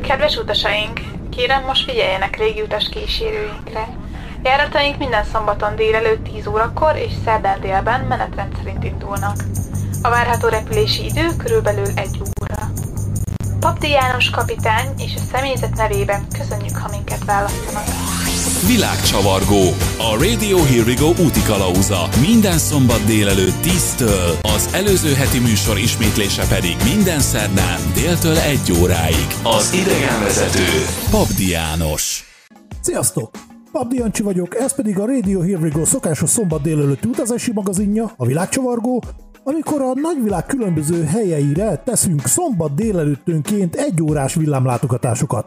Kedves utasaink, kérem most figyeljenek légiutas kísérőinkre. Járataink minden szombaton délelőtt 10 órakor és szerdán délben menetrend szerint indulnak. A várható repülési idő körülbelül 1 óra. Papdi János kapitány és a személyzet nevében köszönjük, ha minket választanak. Világcsavargó, a Radio Here We Go útikalauza. Minden szombat délelőtt 10-től, az előző heti műsor ismétlése pedig minden szerdán déltől 1 óráig. Az idegenvezető Papdi János. Sziasztok! Papdi Jancsi vagyok, ez pedig a Radio Here We Go szokásos szombat délelőtti utazási magazinja, a Világcsavargó, amikor a nagyvilág különböző helyeire teszünk szombat délelőttönként 1 órás villámlátogatásokat.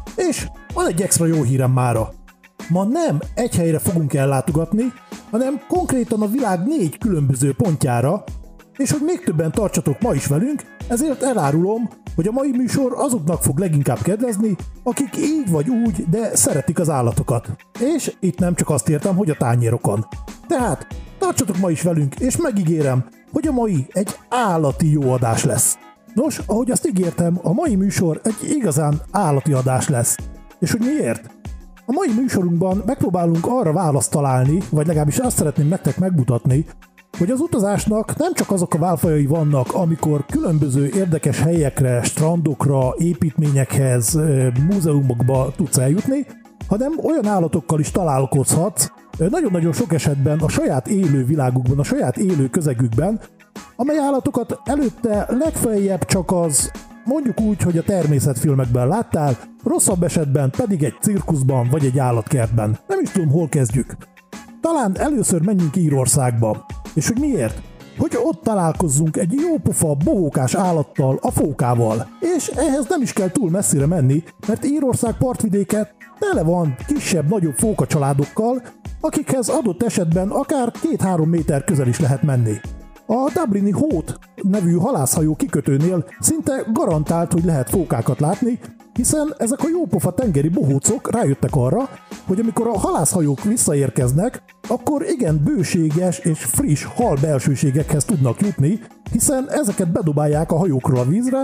És van egy extra jó hírem mára. Ma nem egy helyre fogunk ellátogatni, hanem konkrétan a világ 4 különböző pontjára, és hogy még többen tartsatok ma is velünk, ezért elárulom, hogy a mai műsor azoknak fog leginkább kedvezni, akik így vagy úgy, de szeretik az állatokat. És itt nem csak azt értem, hogy a tányérokon. Tehát tartsatok ma is velünk, és megígérem, hogy a mai egy állati jó adás lesz. Nos, ahogy azt ígértem, a mai műsor egy igazán állati adás lesz. És hogy miért? A mai műsorunkban megpróbálunk arra választ találni, vagy legalábbis azt szeretném nektek megmutatni, hogy az utazásnak nem csak azok a válfajai vannak, amikor különböző érdekes helyekre, strandokra, építményekhez, múzeumokba tudsz eljutni, hanem olyan állatokkal is találkozhatsz, nagyon-nagyon sok esetben a saját élő világukban, a saját élő közegükben, amely állatokat előtte legfeljebb csak az, mondjuk úgy, hogy a természetfilmekben láttál, rosszabb esetben pedig egy cirkuszban vagy egy állatkertben. Nem is tudom, hol kezdjük. Talán először menjünk Írországba. És hogy miért? Hogy ott találkozzunk egy jópofa, bohókás állattal, a fókával. És ehhez nem is kell túl messzire menni, mert Írország partvidéke tele van kisebb-nagyobb fókacsaládokkal, akikhez adott esetben akár 2-3 méter közel is lehet menni. A dublini Hót nevű halászhajó kikötőnél szinte garantált, hogy lehet fókákat látni, hiszen ezek a jópofa tengeri bohócok rájöttek arra, hogy amikor a halászhajók visszaérkeznek, akkor igen bőséges és friss hal belsőségekhez tudnak jutni, hiszen ezeket bedobálják a hajókról a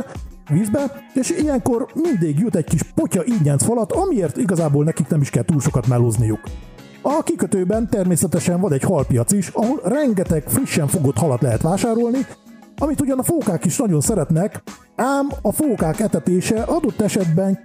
vízbe, és ilyenkor mindig jut egy kis potya ínyenc falat, amiért igazából nekik nem is kell túl sokat melózniuk. A kikötőben természetesen van egy halpiac is, ahol rengeteg frissen fogott halat lehet vásárolni, amit ugyan a fókák is nagyon szeretnek, ám a fókák etetése adott esetben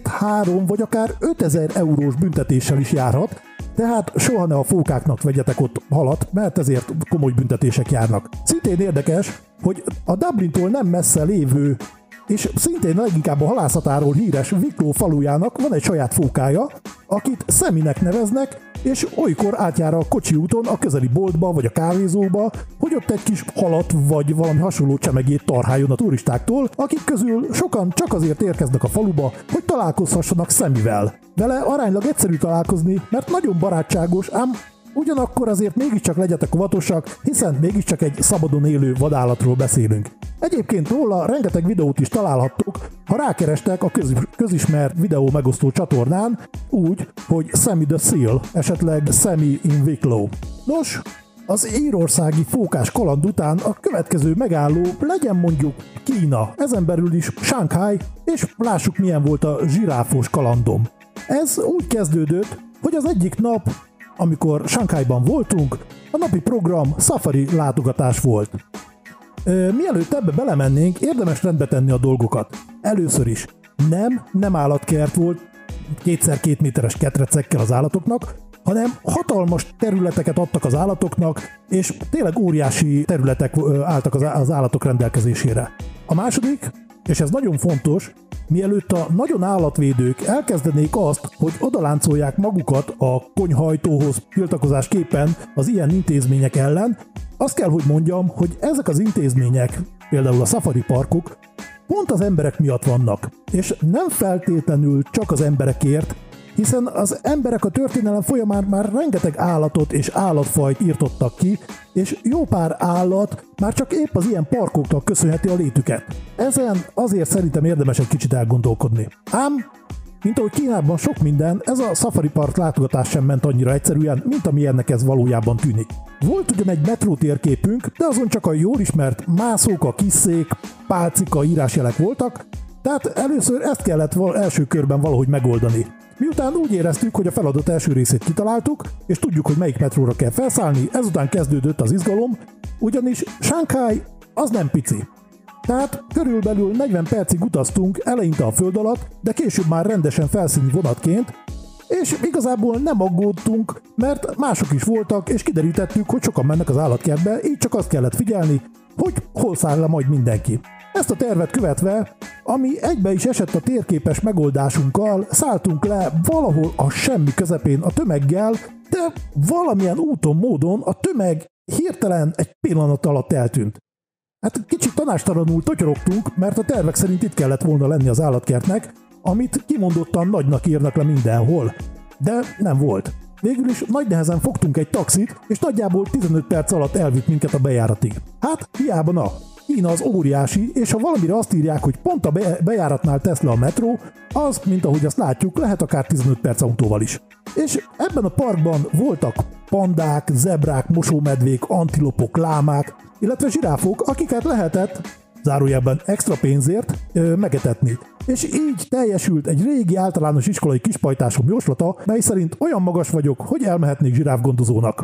2-3 vagy akár 5000 eurós büntetéssel is járhat, tehát soha ne a fókáknak vegyetek ott halat, mert ezért komoly büntetések járnak. Szintén érdekes, hogy a Dublintól nem messze lévő és szintén leginkább a halászatáról híres Wicklow falujának van egy saját fókája, akit Seminek neveznek, és olykor átjár a kocsi úton a közeli boltba vagy a kávézóba, hogy ott egy kis halat vagy valami hasonló csemegét tarháljon a turistáktól, akik közül sokan csak azért érkeznek a faluba, hogy találkozhassanak Semivel. Vele aránylag egyszerű találkozni, mert nagyon barátságos, ám ugyanakkor azért mégiscsak legyetek óvatosak, hiszen mégiscsak egy szabadon élő vadállatról beszélünk. Egyébként róla rengeteg videót is találhattok, ha rákerestek a közismert videó megosztó csatornán, úgy, hogy Semi the Seal, esetleg Semi in Wicklow. Nos, az írországi fókás kaland után a következő megálló legyen mondjuk Kína, ezen belül is Shanghai, és lássuk milyen volt a zsiráfos kalandom. Ez úgy kezdődött, hogy az egyik nap, amikor Shanghaiban voltunk, a napi program safari látogatás volt. Mielőtt ebbe belemennénk, érdemes rendbe tenni a dolgokat. Először is nem állatkert volt 2x2 méteres ketrecekkel az állatoknak, hanem hatalmas területeket adtak az állatoknak, és tényleg óriási területek álltak az állatok rendelkezésére. A második, és ez nagyon fontos, mielőtt a nagyon állatvédők elkezdenék azt, hogy odaláncolják magukat a konyhajtóhoz tiltakozásképpen az ilyen intézmények ellen, azt kell, hogy mondjam, hogy ezek az intézmények, például a safari parkok, pont az emberek miatt vannak, és nem feltétlenül csak az emberekért, hiszen az emberek a történelem folyamán már rengeteg állatot és állatfajt írtottak ki, és jó pár állat már csak épp az ilyen parkoknak köszönheti a létüket. Ezen azért szerintem érdemes egy kicsit elgondolkodni. Ám, mint ahogy Kínában sok minden, ez a safari park látogatás sem ment annyira egyszerűen, mint amilyennek ez valójában tűnik. Volt ugyan egy metró térképünk, de azon csak a jól ismert mászóka, kisszék, pálcika, írásjelek voltak, Tehát először ezt kellett első körben valahogy megoldani. Miután úgy éreztük, hogy a feladat első részét kitaláltuk, és tudjuk, hogy melyik metróra kell felszállni, ezután kezdődött az izgalom, ugyanis Shanghai az nem pici. Tehát körülbelül 40 percig utaztunk eleinte a föld alatt, de később már rendesen felszíni vonatként, és igazából nem aggódtunk, mert mások is voltak, és kiderítettük, hogy sokan mennek az állatkertbe, így csak azt kellett figyelni, hogy hol száll le majd mindenki. Ezt a tervet követve, ami egybe is esett a térképes megoldásunkkal, szálltunk le valahol a semmi közepén a tömeggel, de valamilyen úton, módon a tömeg hirtelen egy pillanat alatt eltűnt. Hát kicsit tanástalanul totyorogtunk, mert a tervek szerint itt kellett volna lenni az állatkertnek, amit kimondottan nagynak írnak le mindenhol. De nem volt. Végül is nagy nehezen fogtunk egy taxit, és nagyjából 15 perc alatt elvitt minket a bejáratig. Hát hiába na, Kína az óriási, és ha valamire azt írják, hogy pont a bejáratnál tesz le a metró, az, mint ahogy azt látjuk, lehet akár 15 perc autóval is. És ebben a parkban voltak pandák, zebrák, mosómedvék, antilopok, lámák, illetve zsiráfok, akiket lehetett, zárójelben extra pénzért, megetetni. És így teljesült egy régi általános iskolai kispajtásom jóslata, mely szerint olyan magas vagyok, hogy elmehetnék zsiráfgondozónak.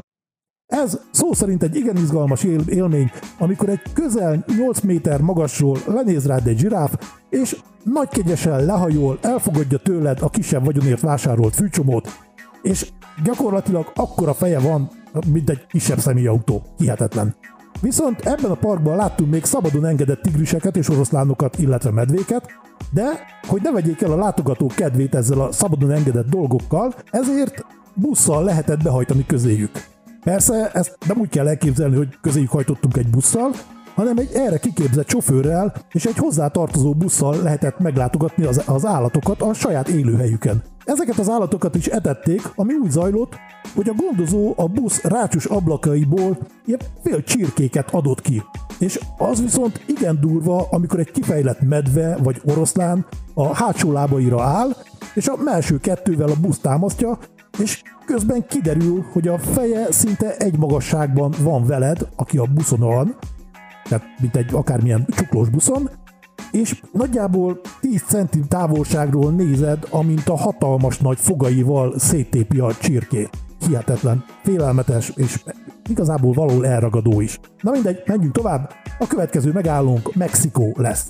Ez szó szerint egy igen izgalmas élmény, amikor egy közel 8 méter magasról lenéz rád egy zsiráf, és nagy kegyesen lehajol, elfogadja tőled a kisebb vagyonért vásárolt fűcsomót, és gyakorlatilag akkora feje van, mint egy kisebb személyautó. Hihetetlen. Viszont ebben a parkban láttunk még szabadon engedett tigriseket és oroszlánokat, illetve medvéket, de hogy ne vegyék el a látogatók kedvét ezzel a szabadon engedett dolgokkal, ezért busszal lehetett behajtani közéjük. Persze ezt nem úgy kell elképzelni, hogy közéjük hajtottunk egy busszal, hanem egy erre kiképzett sofőrrel és egy hozzátartozó busszal lehetett meglátogatni az állatokat a saját élőhelyüken. Ezeket az állatokat is etették, ami úgy zajlott, hogy a gondozó a busz rácsos ablakaiból ilyen fél csirkéket adott ki. És az viszont igen durva, amikor egy kifejlett medve vagy oroszlán a hátsó lábaira áll, és a melső kettővel a busz támasztja, és közben kiderül, hogy a feje szinte egy magasságban van veled, aki a buszon van, tehát mint egy akármilyen csuklós buszon, és nagyjából 10 cm távolságról nézed, amint a hatalmas nagy fogaival széttépi a csirkét. Hihetetlen, félelmetes, és igazából valahol elragadó is. Na mindegy, menjünk tovább, a következő megállónk Mexikó lesz.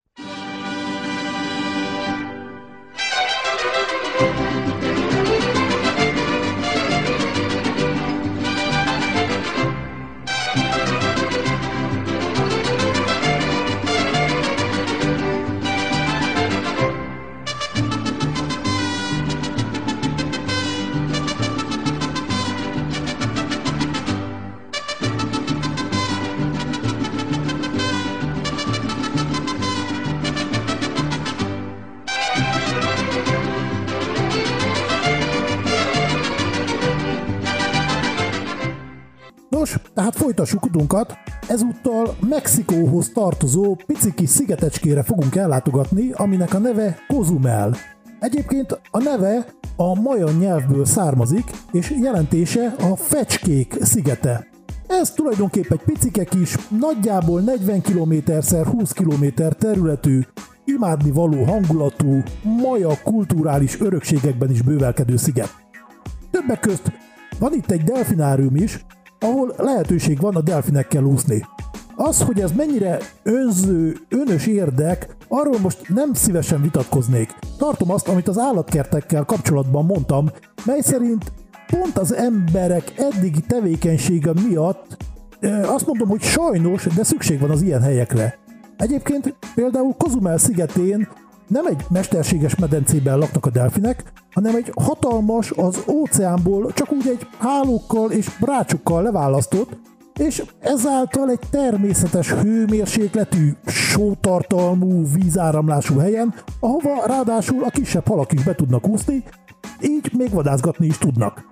Nos, tehát folytassuk utunkat, ezúttal Mexikóhoz tartozó pici kis szigetecskére fogunk ellátogatni, aminek a neve Cozumel. Egyébként a neve a maja nyelvből származik, és jelentése a fecskék szigete. Ez tulajdonképpen egy picike kis, nagyjából 40 km/20 km területű, imádnivaló hangulatú, maja kulturális örökségekben is bővelkedő sziget. Többek közt van itt egy delfinárium is, ahol lehetőség van a delfinekkel úszni. Az, hogy ez mennyire önző, önös érdek, arról most nem szívesen vitatkoznék. Tartom azt, amit az állatkertekkel kapcsolatban mondtam, mely szerint pont az emberek eddigi tevékenysége miatt azt mondom, hogy sajnos, de szükség van az ilyen helyekre. Egyébként például Cozumel szigetén nem egy mesterséges medencében laknak a delfinek, hanem egy hatalmas, az óceánból csak úgy egy hálókkal és brácsokkal leválasztott, és ezáltal egy természetes hőmérsékletű, sótartalmú, vízáramlású helyen, ahova ráadásul a kisebb halak is be tudnak úszni, így még vadászgatni is tudnak.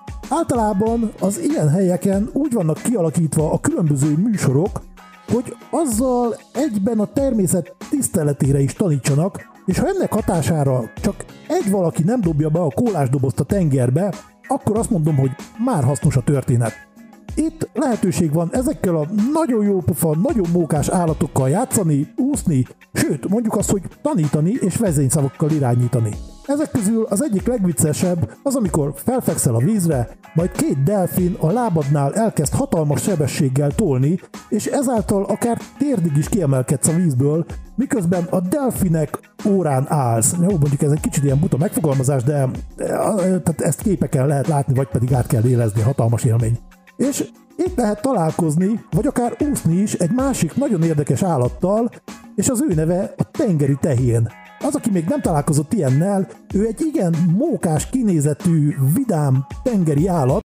Általában az ilyen helyeken úgy vannak kialakítva a különböző műsorok, hogy azzal egyben a természet tiszteletére is tanítsanak, és ha ennek hatására csak egy valaki nem dobja be a kólásdobozt a tengerbe, akkor azt mondom, hogy már hasznos a történet. Itt lehetőség van ezekkel a nagyon jó pofa, nagyon mókás állatokkal játszani, úszni, sőt, mondjuk azt, hogy tanítani és vezényszavakkal irányítani. Ezek közül az egyik legviccesebb az, amikor felfekszel a vízre, majd két delfin a lábadnál elkezd hatalmas sebességgel tolni, és ezáltal akár térdig is kiemelkedsz a vízből, miközben a delfinek órán állsz. Jó, mondjuk ez egy kicsit ilyen buta megfogalmazás, de tehát ezt képeken lehet látni, vagy pedig át kell érezni, hatalmas élmény. És itt lehet találkozni, vagy akár úszni is egy másik nagyon érdekes állattal, és az ő neve a tengeri tehén. Az, aki még nem találkozott ilyennel, ő egy igen mókás kinézetű, vidám tengeri állat.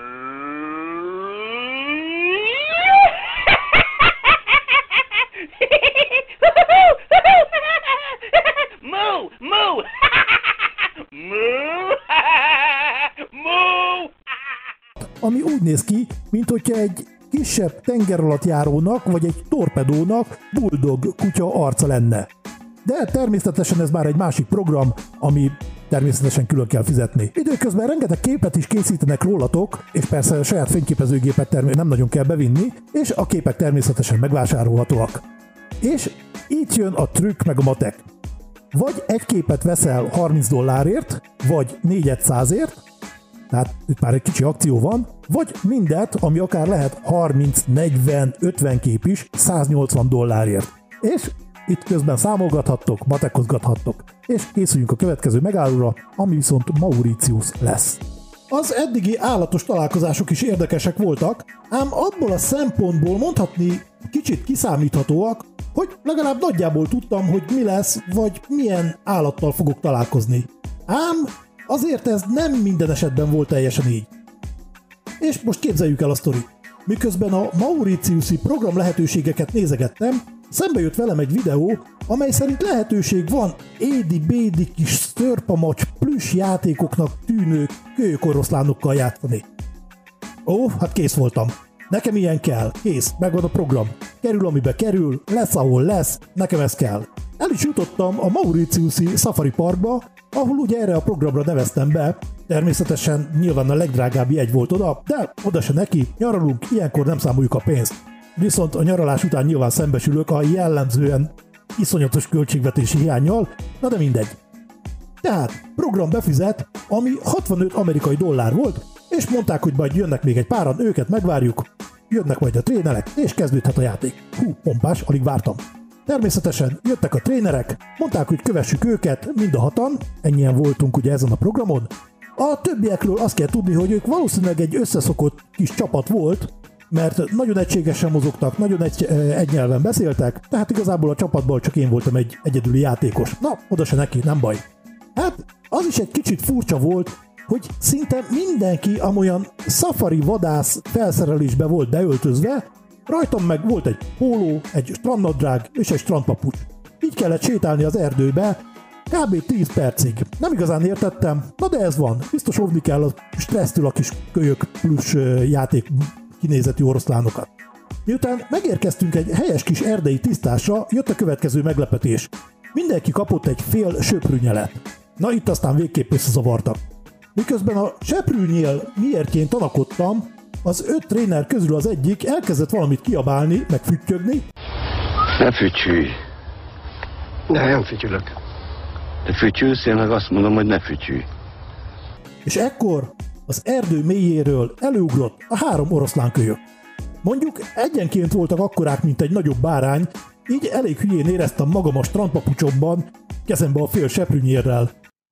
Ami úgy néz ki, mint hogyha egy kisebb tengeralattjárónak vagy egy torpedónak bulldog kutya arca lenne. De természetesen ez már egy másik program, ami természetesen külön kell fizetni. Időközben rengeteg képet is készítenek rólatok, és persze a saját fényképezőgépet nem nagyon kell bevinni, és a képek természetesen megvásárolhatóak. És itt jön a trükk meg a matek. Vagy egy képet veszel $30, vagy $400-ért, tehát itt már egy kicsi akció van, vagy mindet, ami akár lehet 30, 40, 50 kép is $180-ért. És itt közben számolgathattok, matekozgathattok, és készüljünk a következő megállóra, ami viszont Mauritius lesz. Az eddigi állatos találkozások is érdekesek voltak, ám abból a szempontból mondhatni kicsit kiszámíthatóak, hogy legalább nagyjából tudtam, hogy mi lesz, vagy milyen állattal fogok találkozni. Ám azért ez nem minden esetben volt teljesen így. És most képzeljük el a sztorit. Miközben a Mauritiusi program lehetőségeket nézegettem, szembe jött velem egy videó, amely szerint lehetőség van édi-bédi kis szörpamacs plüss játékoknak tűnő kölyökoroszlánokkal játszani. Ó, hát kész voltam. Nekem ilyen kell, kész, megvan a program. Kerül, amibe kerül, lesz, ahol lesz, nekem ez kell. El is jutottam a Mauritiusi Safari Parkba, ahol ugye erre a programra neveztem be, természetesen nyilván a legdrágább jegy volt oda, de oda se neki, nyaralunk, ilyenkor nem számoljuk a pénzt. Viszont a nyaralás után nyilván szembesülök a jellemzően iszonyatos költségvetési hiánnyal, na de mindegy. Tehát program befizet, ami 65 amerikai dollár volt, és mondták, hogy majd jönnek még egy páran, őket megvárjuk, jönnek majd a trénerek, és kezdődhet a játék. Hú, pompás, alig vártam. Természetesen jöttek a trénerek, mondták, hogy kövessük őket, mind a hatan, ennyien voltunk ugye ezen a programon. A többiekről azt kell tudni, hogy ők valószínűleg egy összeszokott kis csapat volt, mert nagyon egységesen mozogtak, nagyon egy nyelven beszéltek, tehát igazából a csapatból csak én voltam egy egyedüli játékos. Na, oda se neki, nem baj. Hát, az is egy kicsit furcsa volt, hogy szinte mindenki amolyan szafari vadász felszerelésbe volt beöltözve, rajtam meg volt egy póló, egy strandnadrág és egy strandpapucs. Így kellett sétálni az erdőbe, kb. 10 percig. Nem igazán értettem, na de ez van. Biztos óvni kell a stressztől a kis kölyök plusz játék kinézetű oroszlánokat. Miután megérkeztünk egy helyes kis erdei tisztásra, jött a következő meglepetés. Mindenki kapott egy fél söprűnyelet. Na itt aztán végképp összezavartak. Miközben a söprűnyél miértként tanakodtam, az 5 tréner közül az egyik elkezdett valamit kiabálni, meg füttyögni. Ne fütyülj! Nem fütyülök. Te fütyülsz, én meg azt mondom, hogy ne fütyülj. És ekkor az erdő mélyéről előugrott a 3 oroszlánkölyök. Mondjuk egyenként voltak akkorák, mint egy nagyobb bárány, így elég hülyén éreztem magam a strandpapucsomban, kezembe a fél seprűnyérrel.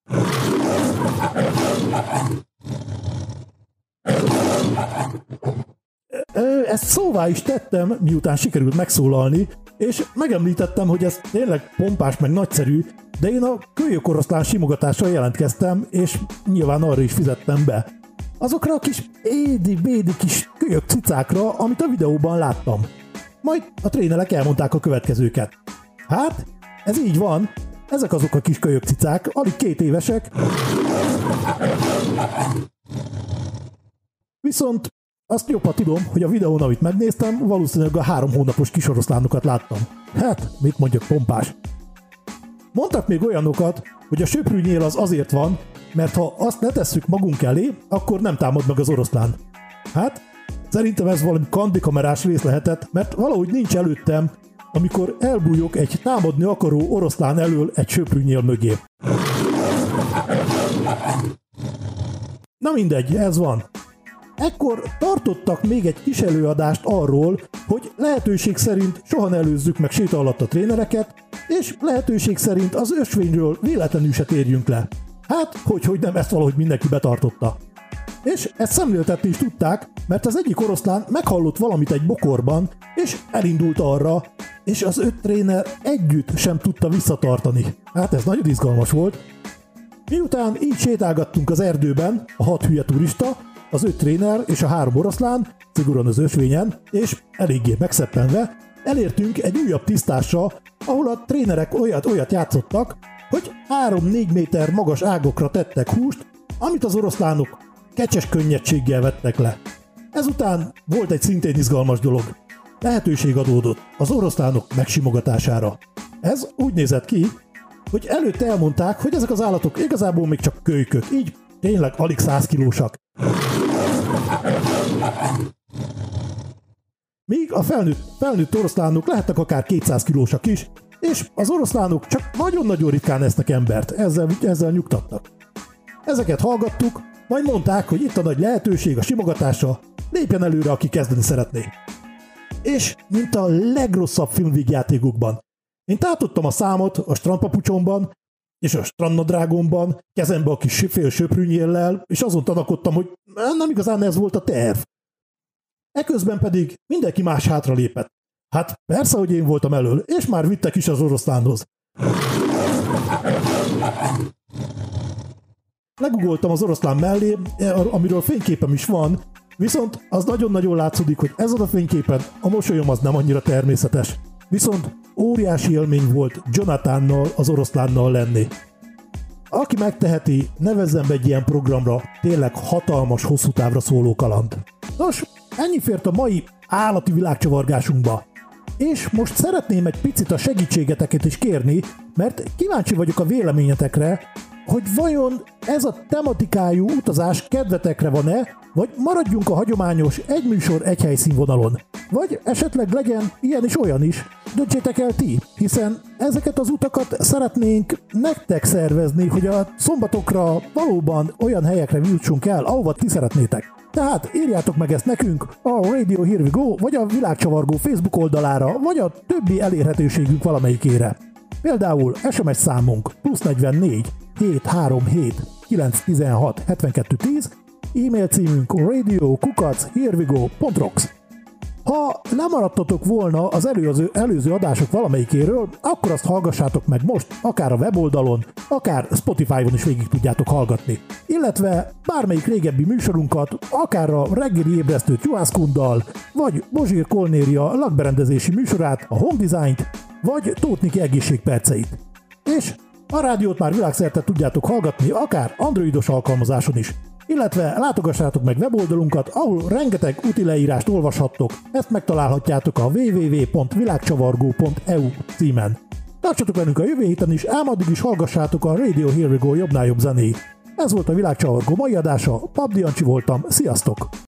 Ezt szóvá is tettem, miután sikerült megszólalni, és megemlítettem, hogy ez tényleg pompás meg nagyszerű, de én a kölyökoroszlán simogatásra jelentkeztem, és nyilván arra is fizettem be. Azokra a kis édi-bédi kis kölyök cicákra, amit a videóban láttam. Majd a trénerek elmondták a következőket. Hát, ez így van, ezek azok a kis kölyök cicák, alig 2 évesek. Viszont azt jobban tudom, hogy a videón, amit megnéztem, valószínűleg a 3 hónapos kisoroszlánokat láttam. Hát, mit mondjak, pompás. Mondtak még olyanokat, hogy a söprűnyél az azért van, mert ha azt ne tesszük magunk elé, akkor nem támad meg az oroszlán. Hát, Szerintem ez valami kandikamerás rész lehetett, mert valahogy nincs előttem, amikor elbújok egy támadni akaró oroszlán elől egy söprűnyél mögé. Na mindegy, ez van. Ekkor tartottak még egy kis előadást arról, hogy lehetőség szerint soha ne előzzük meg séta alatt a trénereket, és lehetőség szerint az ösvényről véletlenül se térjünk le. Hát, hogy nem, ezt valahogy mindenki betartotta. És ezt szemléltetni is tudták, mert az egyik oroszlán meghallott valamit egy bokorban, és elindult arra, és az 5 tréner együtt sem tudta visszatartani. Hát ez nagyon izgalmas volt. Miután így sétálgattunk az erdőben, a 6 hülye turista, az 5 tréner és a 3 oroszlán, szigorúan az ösvényen, és eléggé megszeppenve, elértünk egy újabb tisztásra, ahol a trénerek olyat játszottak, hogy 3-4 méter magas ágokra tettek húst, amit az oroszlánok kecses könnyedséggel vettek le. Ezután volt egy szintén izgalmas dolog. Lehetőség adódott az oroszlánok megsimogatására. Ez úgy nézett ki, hogy előtte elmondták, hogy ezek az állatok igazából még csak kölykök, így tényleg alig 100 kilósak. Míg a felnőtt oroszlánok lehetnek akár 200 kilósak is, és az oroszlánok csak nagyon-nagyon ritkán esznek embert, ezzel nyugtattak. Ezeket hallgattuk, majd mondták, hogy itt a nagy lehetőség a simogatásra, lépjen előre, aki kezdeni szeretné. És mint a legrosszabb filmvígjátékokban. Én tátottam a számot a strandpapucsomban, és a strandnadrágomban, kezembe a kis fél söprűnyéllel, és azon tanakodtam, hogy nem igazán ez volt a terv. Eközben pedig mindenki más hátra lépett. Hát persze, hogy én voltam elől, és már vittek is az oroszlánhoz. Legugoltam az oroszlán mellé, amiről fényképem is van, viszont az nagyon-nagyon látszódik, hogy ezen a fényképen a mosolyom az nem annyira természetes. Viszont óriási élmény volt Jonathannal, az oroszlánnal lenni. Aki megteheti, nevezzem egy ilyen programra, tényleg hatalmas, hosszú távra szóló kaland. Nos, ennyi fért a mai állati világcsavargásunkba. És most szeretném egy picit a segítségeteket is kérni, mert kíváncsi vagyok a véleményetekre, hogy vajon ez a tematikájú utazás kedvetekre van-e, vagy maradjunk a hagyományos egy műsor egy helyszínvonalon. Vagy esetleg legyen ilyen is olyan is, döntsétek el ti, hiszen ezeket az utakat szeretnénk nektek szervezni, hogy a szombatokra valóban olyan helyekre jutsunk el, ahova ti szeretnétek. Tehát írjátok meg ezt nekünk a Radio Here We Go, vagy a Világcsavargó Facebook oldalára, vagy a többi elérhetőségünk valamelyikére. Például SMS számunk +44 737 916 72 10, e-mail címünk radio@herewego.rocks. Ha lemaradtatok volna az előző adások valamelyikéről, akkor azt hallgassátok meg most, akár a weboldalon, akár Spotify-on is végig tudjátok hallgatni. Illetve bármelyik régebbi műsorunkat, akár a reggeli ébresztőt Juhász Kunddal, vagy Bozsír Kolnéria lakberendezési műsorát, a Home Designt, vagy Tótniki egészségperceit. És a rádiót már világszerte tudjátok hallgatni, akár androidos alkalmazáson is. Illetve látogassátok meg weboldalunkat, ahol rengeteg úti leírást olvashattok, ezt megtalálhatjátok a www.világcsavargó.eu címen. Tartsatok velünk a jövő héten is, ám addig is hallgassátok a Radio Here We Go jobbnál jobb zenéit. Ez volt a Világcsavargó mai adása, Pap Diancsi voltam, sziasztok!